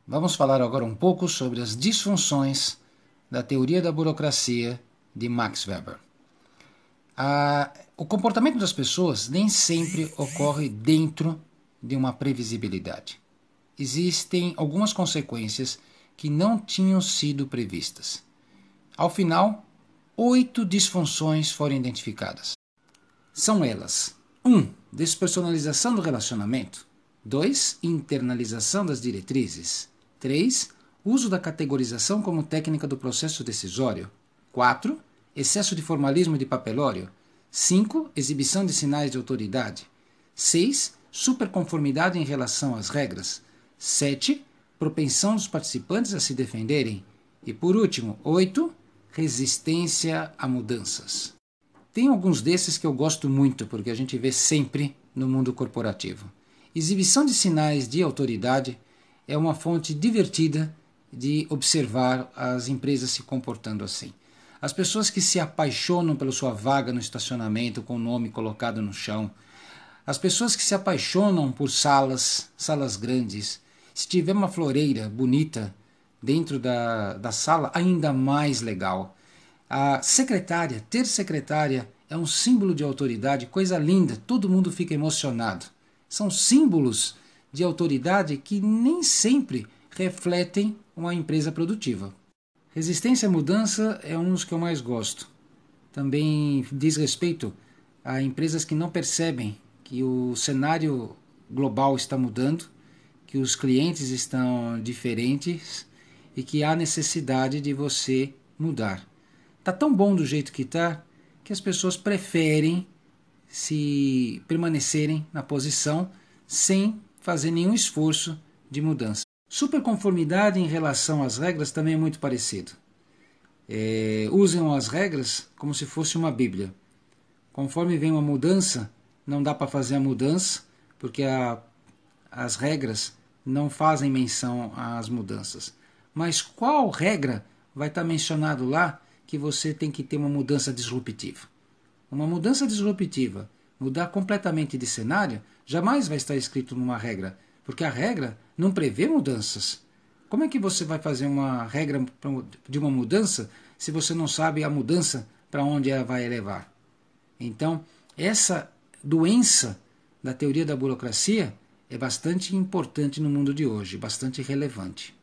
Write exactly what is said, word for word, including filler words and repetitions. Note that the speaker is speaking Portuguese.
Vamos falar agora um pouco sobre as disfunções da teoria da burocracia de Max Weber. Ah, o comportamento das pessoas nem sempre ocorre dentro de uma previsibilidade. Existem algumas consequências que não tinham sido previstas. Ao final, oito disfunções foram identificadas. São elas: um. Despersonalização do relacionamento. dois. Internalização das diretrizes. três. Uso da categorização como técnica do processo decisório. quatro. Excesso de formalismo e de papelório. cinco. Exibição de sinais de autoridade. seis. Superconformidade em relação às regras. sete. Propensão dos participantes a se defenderem. E, por último, oito. Resistência a mudanças. Tem alguns desses que eu gosto muito, porque a gente vê sempre no mundo corporativo. Exibição de sinais de autoridade é uma fonte divertida de observar as empresas se comportando assim. As pessoas que se apaixonam pela sua vaga no estacionamento com o nome colocado no chão. As pessoas que se apaixonam por salas, salas grandes. Se tiver uma floreira bonita dentro da, da sala, ainda mais legal. A secretária, ter secretária é um símbolo de autoridade, coisa linda, todo mundo fica emocionado. São símbolos de autoridade que nem sempre refletem uma empresa produtiva. Resistência à mudança é um dos que eu mais gosto. Também diz respeito a empresas que não percebem que o cenário global está mudando, que os clientes estão diferentes e que há necessidade de você mudar. Está tão bom do jeito que está que as pessoas preferem se permanecerem na posição sem fazer nenhum esforço de mudança. Superconformidade em relação às regras também é muito parecido. É, usam as regras como se fosse uma bíblia. Conforme vem uma mudança, não dá para fazer a mudança, porque a, as regras não fazem menção às mudanças. Mas qual regra vai estar mencionado lá que você tem que ter uma mudança disruptiva? Uma mudança disruptiva, mudar completamente de cenário, jamais vai estar escrito numa regra, porque a regra não prevê mudanças. Como é que você vai fazer uma regra de uma mudança se você não sabe a mudança para onde ela vai levar? Então, essa doença da teoria da burocracia é bastante importante no mundo de hoje, bastante relevante.